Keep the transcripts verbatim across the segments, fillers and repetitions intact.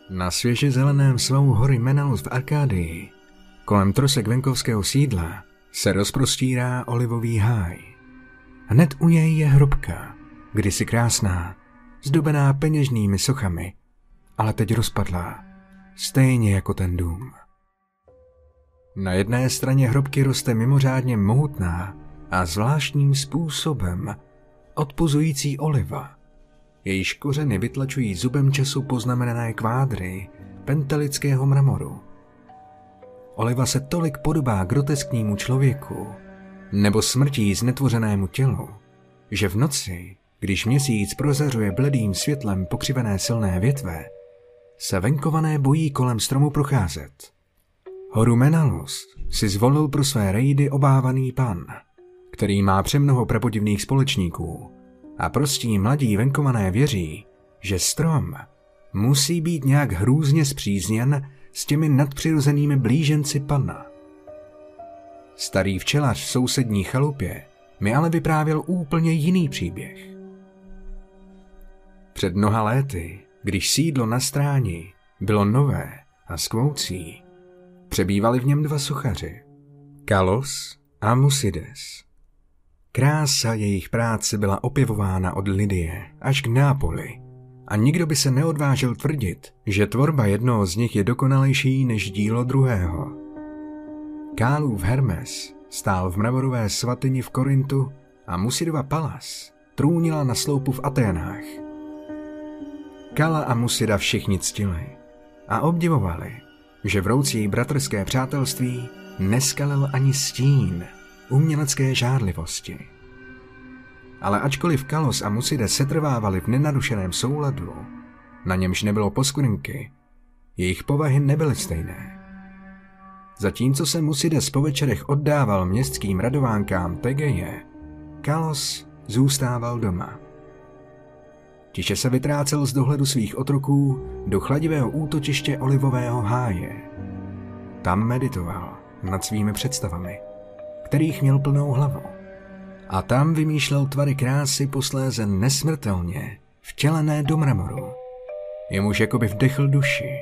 Na svěže zeleném svahu hory Menalus v Arkádii, kolem trosek venkovského sídla, se rozprostírá olivový háj. Hned u něj je hrobka, kdysi krásná, zdobená peněžnými sochami, ale teď rozpadlá, stejně jako ten dům. Na jedné straně hrobky roste mimořádně mohutná a zvláštním způsobem odpuzující oliva. Jejíž kořeny vytlačují zubem času poznamenané kvádry pentelického mramoru. Oliva se tolik podobá grotesknímu člověku nebo smrtí znetvořenému tělu, že v noci, když měsíc prozařuje bledým světlem pokřivené silné větve, se venkované bojí kolem stromu procházet. Horu Menalus si zvolil pro své rejdy obávaný pan, který má přemnoho prapodivných společníků, a prostí mladí venkované věří, že strom musí být nějak hrůzně spřízněn s těmi nadpřirozenými blíženci pana. Starý včelař v sousední chalupě mi ale vyprávěl úplně jiný příběh. Před mnoha léty, když sídlo na Stráni bylo nové a skvoucí, přebývali v něm dva sochaři, Kalos a Musides. Krása jejich práce byla opěvována od Lydie až k Nápoli a nikdo by se neodvážil tvrdit, že tvorba jednoho z nich je dokonalejší než dílo druhého. Kálův Hermes stál v mramorové svatyni v Korintu a Musidova Palas trůnila na sloupu v Aténách. Kala a Musida všichni ctili a obdivovali, že vroucí bratrské přátelství neskalil ani stín umělecké žárlivosti. Ale ačkoliv Kalos a Muside setrvávali v nenarušeném souladu, na němž nebylo poskvrnky, jejich povahy nebyly stejné. Zatímco se Musides po večerech oddával městským radovánkám Tegeje, Kalos zůstával doma. Tiše se vytrácel z dohledu svých otroků do chladivého útočiště olivového háje. Tam meditoval nad svými představami, kterých měl plnou hlavu. A tam vymýšlel tvary krásy posléze nesmrtelně vtělené do mramoru. Jemuž jakoby vdechl duši.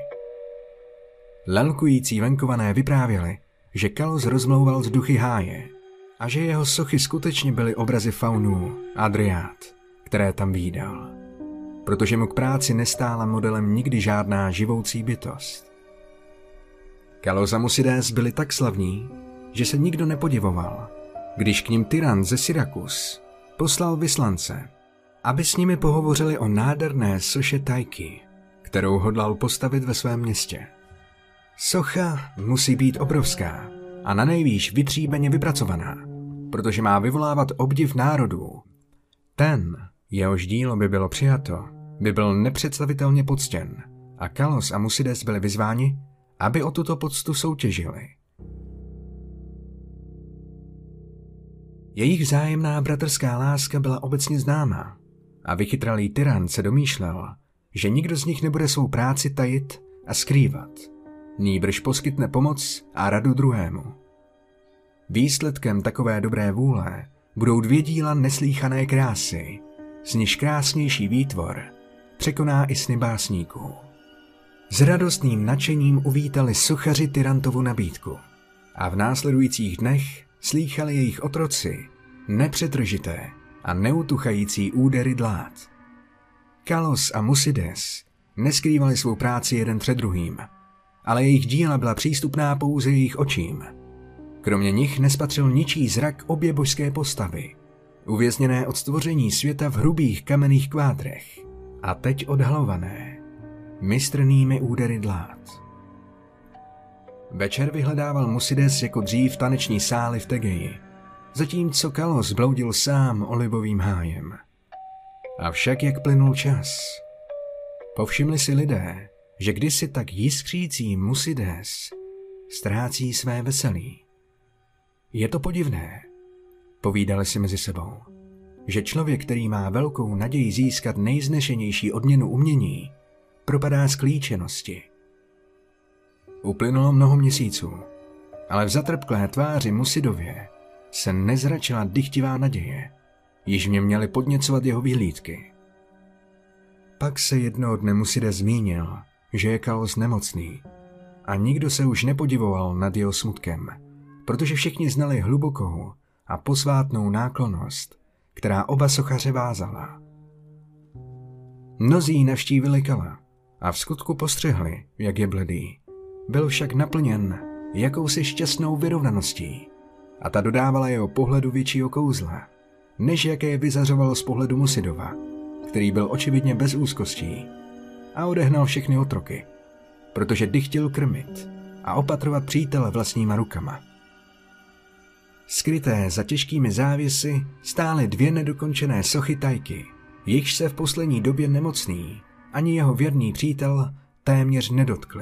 Lelkující venkované vyprávěli, že Kalos rozmlouval z duchy háje a že jeho sochy skutečně byly obrazy faunů a dryád, které tam vídal, protože mu k práci nestála modelem nikdy žádná živoucí bytost. Kalos a Musides byli tak slavní, že se nikdo nepodivoval, když k nim tyran ze Syrakus poslal vyslance, aby s nimi pohovořili o nádherné soše Tajky, kterou hodlal postavit ve svém městě. Socha musí být obrovská a na nejvýš vytříbeně vypracovaná, protože má vyvolávat obdiv národů. Ten, jehož dílo by bylo přijato, by byl nepředstavitelně poctěn a Kalos a Musides byli vyzváni, aby o tuto poctu soutěžili. Jejich vzájemná bratrská láska byla obecně známá a vychytralý tyran se domýšlel, že nikdo z nich nebude svou práci tajit a skrývat, nýbrž poskytne pomoc a radu druhému. Výsledkem takové dobré vůle budou dvě díla neslýchané krásy, z nichž krásnější výtvor překoná i sny básníků. S radostným nadšením uvítali sochaři tyrantovu nabídku a v následujících dnech slýchali jejich otroci nepřetržité a neutuchající údery dlád. Kalos a Musides neskrývali svou práci jeden před druhým, ale jejich díla byla přístupná pouze jejich očím. Kromě nich nespatřil ničí zrak obě božské postavy, uvězněné od stvoření světa v hrubých kamenných kvádrech a teď odhalované mistrnými údery dlád. Večer vyhledával Musides jako dřív taneční sály v Tegeji, zatímco Kalos bloudil sám olivovým hájem. Avšak jak plynul čas, povšimli si lidé, že kdysi tak jiskřící Musides ztrácí své veselí. Je to podivné, povídali si mezi sebou, že člověk, který má velkou naději získat nejznešenější odměnu umění, propadá z klíčenosti. Uplynulo mnoho měsíců, ale v zatrpklé tváři Musidově se nezračila dychtivá naděje, již mě měly podněcovat jeho vyhlídky. Pak se jednoho dne Musides zmínil, že je Kalos nemocný a nikdo se už nepodivoval nad jeho smutkem, protože všichni znali hlubokou a posvátnou náklonnost, která oba sochaře vázala. Mnozí navštívili Kala a v skutku postřehli, jak je bledý. Byl však naplněn jakousi šťastnou vyrovnaností a ta dodávala jeho pohledu většího kouzla, než jaké vyzařovalo z pohledu Musidova, který byl očividně bez úzkostí a odehnal všechny otroky, protože dychtil krmit a opatrovat přítele vlastníma rukama. Skryté za těžkými závěsy stály dvě nedokončené sochy Tajky, jichž se v poslední době nemocný ani jeho věrný přítel téměř nedotkli.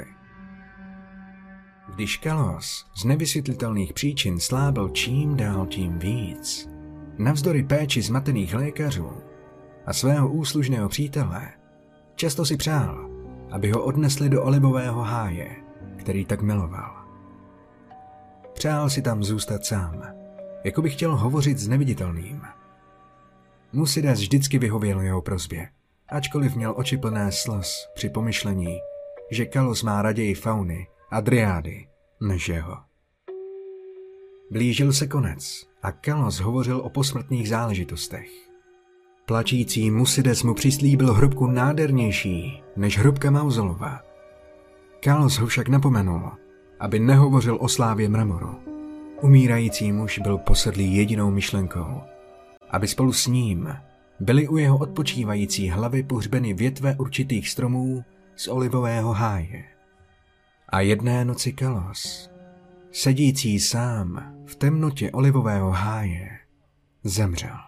Když Kalos z nevysvětlitelných příčin slábil čím dál tím víc, navzdory péči zmatených lékařů a svého úslužného přítele, často si přál, aby ho odnesli do olivového háje, který tak miloval. Přál si tam zůstat sám, jako by chtěl hovořit s neviditelným. Musides vždycky vyhověl jeho prosbě, ačkoliv měl oči plné slz při pomyšlení, že Kalos má raději fauny a dryády než jeho. Blížil se konec a Kalos hovořil o posmrtných záležitostech. Plačící Musides mu přislíbil hrobku nádhernější než hrobka Mauzolova. Kalos ho však napomenul, aby nehovořil o slávě mramoru. Umírající muž byl posedlý jedinou myšlenkou, aby spolu s ním byly u jeho odpočívající hlavy pohřbeny větve určitých stromů z olivového háje. A jedné noci Kalos, sedící sám v temnotě olivového háje, zemřel.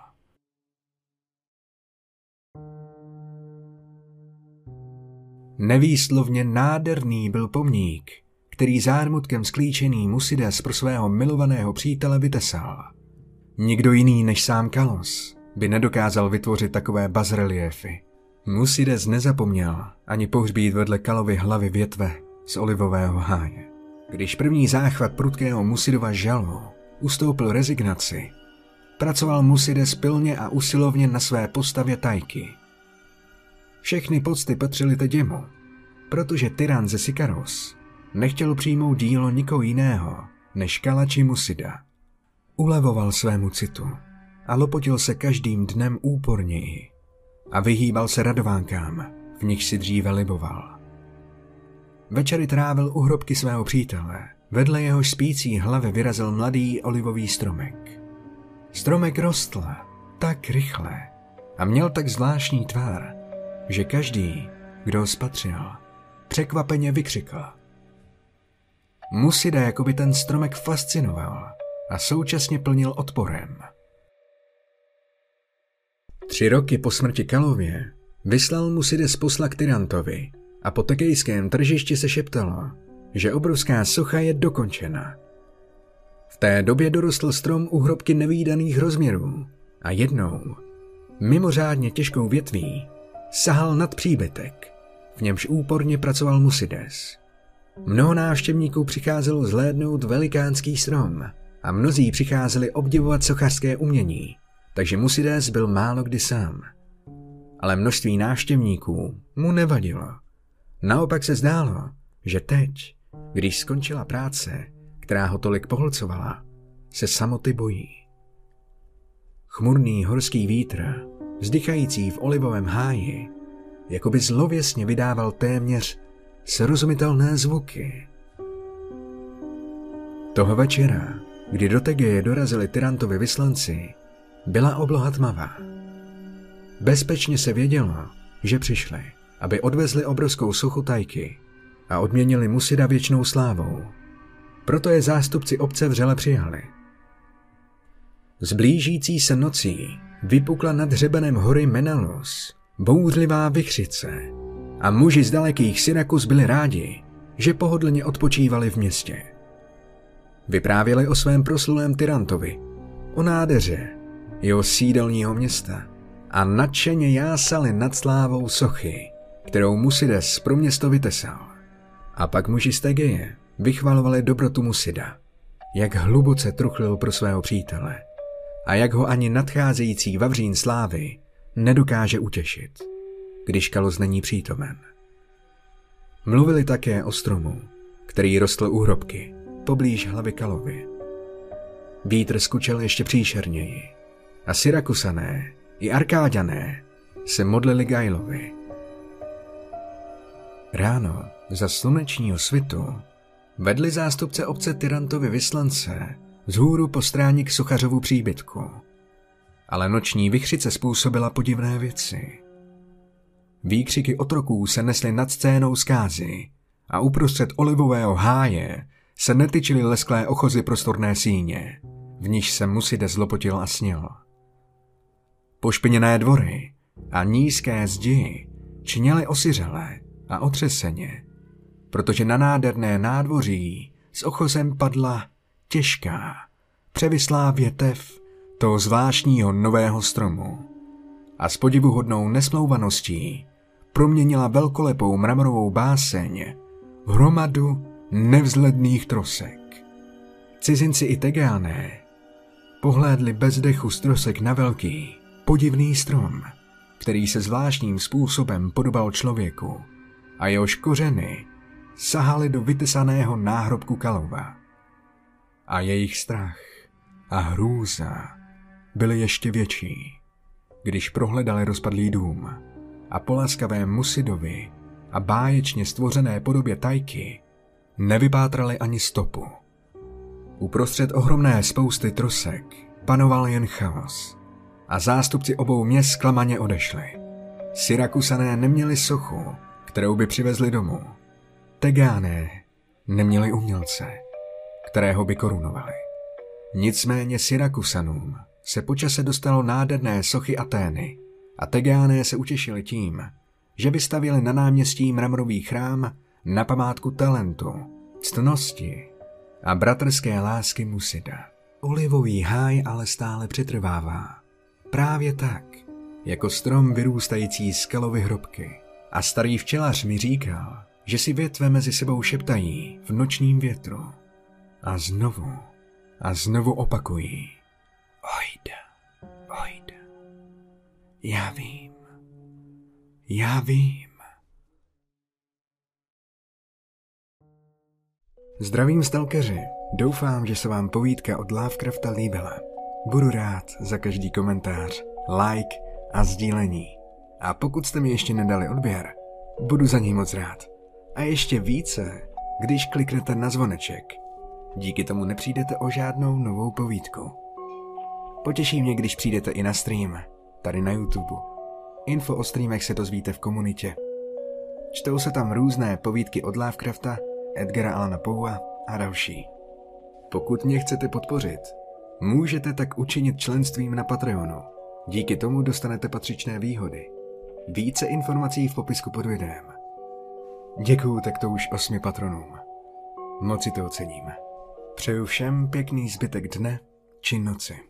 Nevýslovně nádherný byl pomník, který zármutkem sklíčený Musides pro svého milovaného přítele vytesal. Nikdo jiný než sám Kalos by nedokázal vytvořit takové bazreliéfy. Musides nezapomněl ani pohřbít vedle Kalovy hlavy větve z olivového háje. Když první záchvat prudkého Musidova žalu ustoupil rezignaci, pracoval Musides pilně a usilovně na své postavě Tajky. Všechny pocty patřily teď jemu, protože tyran ze Sikaros nechtěl přijmout dílo nikoho jiného než Kala či Musida. Ulevoval svému citu a lopotil se každým dnem úporněji a vyhýbal se radovánkám, v nich si dříve liboval. Večery trávil u hrobky svého přítele, vedle jehož spící hlavy vyrazil mladý olivový stromek. Stromek rostl tak rychle a měl tak zvláštní tvar, že každý, kdo ho spatřil, překvapeně vykřikl. Musida jako by ten stromek fascinoval a současně plnil odporem. Tři roky po smrti Kalově vyslal Musides posla k Tyrantovi a po tekejském tržišti se šeptalo, že obrovská socha je dokončena. V té době dorostl strom u hrobky nevídaných rozměrů a jednou, mimořádně těžkou větví, sahal nad příbytek, v němž úporně pracoval Musides. Mnoho návštěvníků přicházelo zhlédnout velikánský strom a mnozí přicházeli obdivovat sochařské umění, takže Musides byl málo kdy sám. Ale množství návštěvníků mu nevadilo. Naopak se zdálo, že teď, když skončila práce, která ho tolik pohlcovala, se samoty bojí. Chmurný horský vítr, vzdychající v olivovém háji, jakoby zlověsně vydával téměř srozumitelné zvuky. Toho večera, kdy do Tegeje dorazili Tyrantovi vyslanci, byla obloha tmavá. Bezpečně se vědělo, že přišli, aby odvezli obrovskou sochu Tajky a odměnili Musida věčnou slávou. Proto je zástupci obce vřele přijali. S blížící se nocí vypukla nad hřebenem hory Menalus bouřlivá vichřice a muži z dalekých Syrakus byli rádi, že pohodlně odpočívali v městě. Vyprávěli o svém proslulém Tyrantovi, o nádheře jeho sídelního města a nadšeně jásali nad slávou sochy, kterou Musides pro město vytesal. A pak muži z Tegeje vychvalovali dobrotu Musida, jak hluboce truchlil pro svého přítele a jak ho ani nadcházející vavřín slávy nedokáže utěšit, když Kalos není přítomen. Mluvili také o stromu, který rostl u hrobky, poblíž hlavy Kalovy. Vítr skučel ještě příšerněji a Syrakusané i Arkáďané se modlili Gailovi. Ráno za slunečního svitu vedli zástupce obce Tyrantovy vyslance vzhůru po stráni k sochařovu příbytku. Ale noční vichřice způsobila podivné věci. Výkřiky otroků se nesly nad scénou zkázy a uprostřed olivového háje se netyčily lesklé ochozy prostorné síně, v níž se Musides zlopotil a snil. Pošpiněné dvory a nízké zdi čněly osiřele a otřeseně, protože na nádherné nádvoří s ochozem padla těžká, převislá větev toho zvláštního nového stromu a s podivuhodnou nesmlouvaností proměnila velkolepou mramorovou báseň v hromadu nevzhledných trosek. Cizinci i Tegeané pohlédli bez dechu z trosek na velký, podivný strom, který se zvláštním způsobem podobal člověku a jehož kořeny sahaly do vytesaného náhrobku Kalova. A jejich strach a hrůza byly ještě větší, když prohledali rozpadlý dům a po laskavém Musidovi a báječně stvořené podobě Tajky nevypátrali ani stopu. Uprostřed ohromné spousty trosek panoval jen chaos a zástupci obou měst zklamaně odešli. Syrakusané neměli sochu, kterou by přivezli domů. Tegeané neměli umělce, kterého by korunovali. Nicméně Syrakusanům se po čase dostalo nádherné sochy Atény a Tegeané se utěšili tím, že vystavěli na náměstí mramorový chrám na památku talentu, ctnosti a bratrské lásky Musida. Olivový háj ale stále přetrvává. Právě tak, jako strom vyrůstající z Kalovy hrobky. A starý včelař mi říkal, že si větve mezi sebou šeptají v nočním větru. A znovu a znovu opakují. Ojda, ojda. Já vím, já vím. Zdravím stalkeři, doufám, že se vám povídka od Lovecrafta líbila. Budu rád za každý komentář, like a sdílení. A pokud jste mi ještě nedali odběr, budu za ní moc rád. A ještě více, když kliknete na zvoneček. Díky tomu nepřijdete o žádnou novou povídku. Potěší mě, když přijdete i na stream, tady na YouTube. Info o streamech se dozvíte v komunitě. Čtou se tam různé povídky od Lovecrafta, Edgara Allana Poea a další. Pokud mě chcete podpořit, můžete tak učinit členstvím na Patreonu. Díky tomu dostanete patřičné výhody. Více informací v popisku pod videem. Děkuju takto už osmi patronům. Moc si to ocením. Přeju všem pěkný zbytek dne či noci.